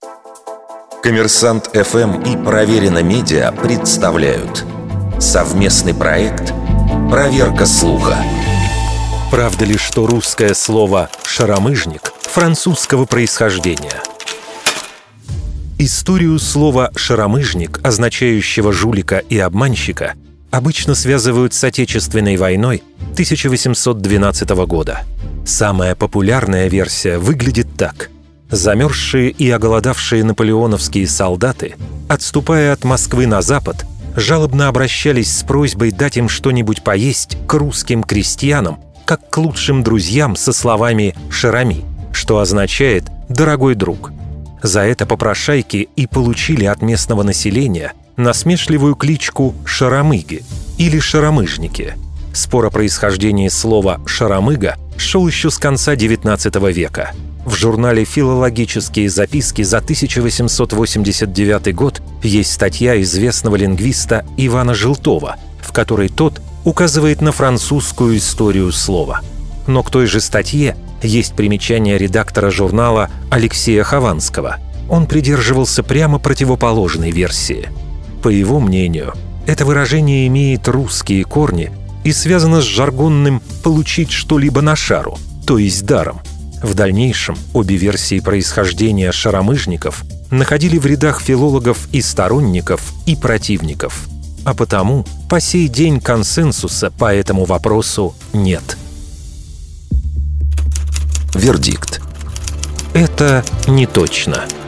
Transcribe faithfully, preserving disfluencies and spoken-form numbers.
Коммерсант эф эм и Проверено Медиа представляют совместный проект «Проверка слуха». Правда ли, что русское слово «шаромыжник» французского происхождения? Историю слова «шаромыжник», означающего жулика и обманщика, обычно связывают с Отечественной войной тысяча восемьсот двенадцатого года. Самая популярная версия выглядит так. Замерзшие и оголодавшие наполеоновские солдаты, отступая от Москвы на запад, жалобно обращались с просьбой дать им что-нибудь поесть к русским крестьянам, как к лучшим друзьям, со словами «шарами», что означает «дорогой друг». За это попрошайки и получили от местного населения насмешливую кличку «шаромыги» или «шаромыжники». Спор о происхождении слова «шаромыга» шел еще с конца девятнадцатого века. В журнале «Филологические записки» за тысяча восемьсот восемьдесят девятый год есть статья известного лингвиста Ивана Желтова, в которой тот указывает на французскую историю слова. Но к той же статье есть примечание редактора журнала Алексея Хованского. Он придерживался прямо противоположной версии. По его мнению, это выражение имеет русские корни и связано с жаргонным «получить что-либо на шару», то есть даром. В дальнейшем обе версии происхождения шаромыжников находили в рядах филологов и сторонников, и противников. А потому по сей день консенсуса по этому вопросу нет. Вердикт. Это не точно.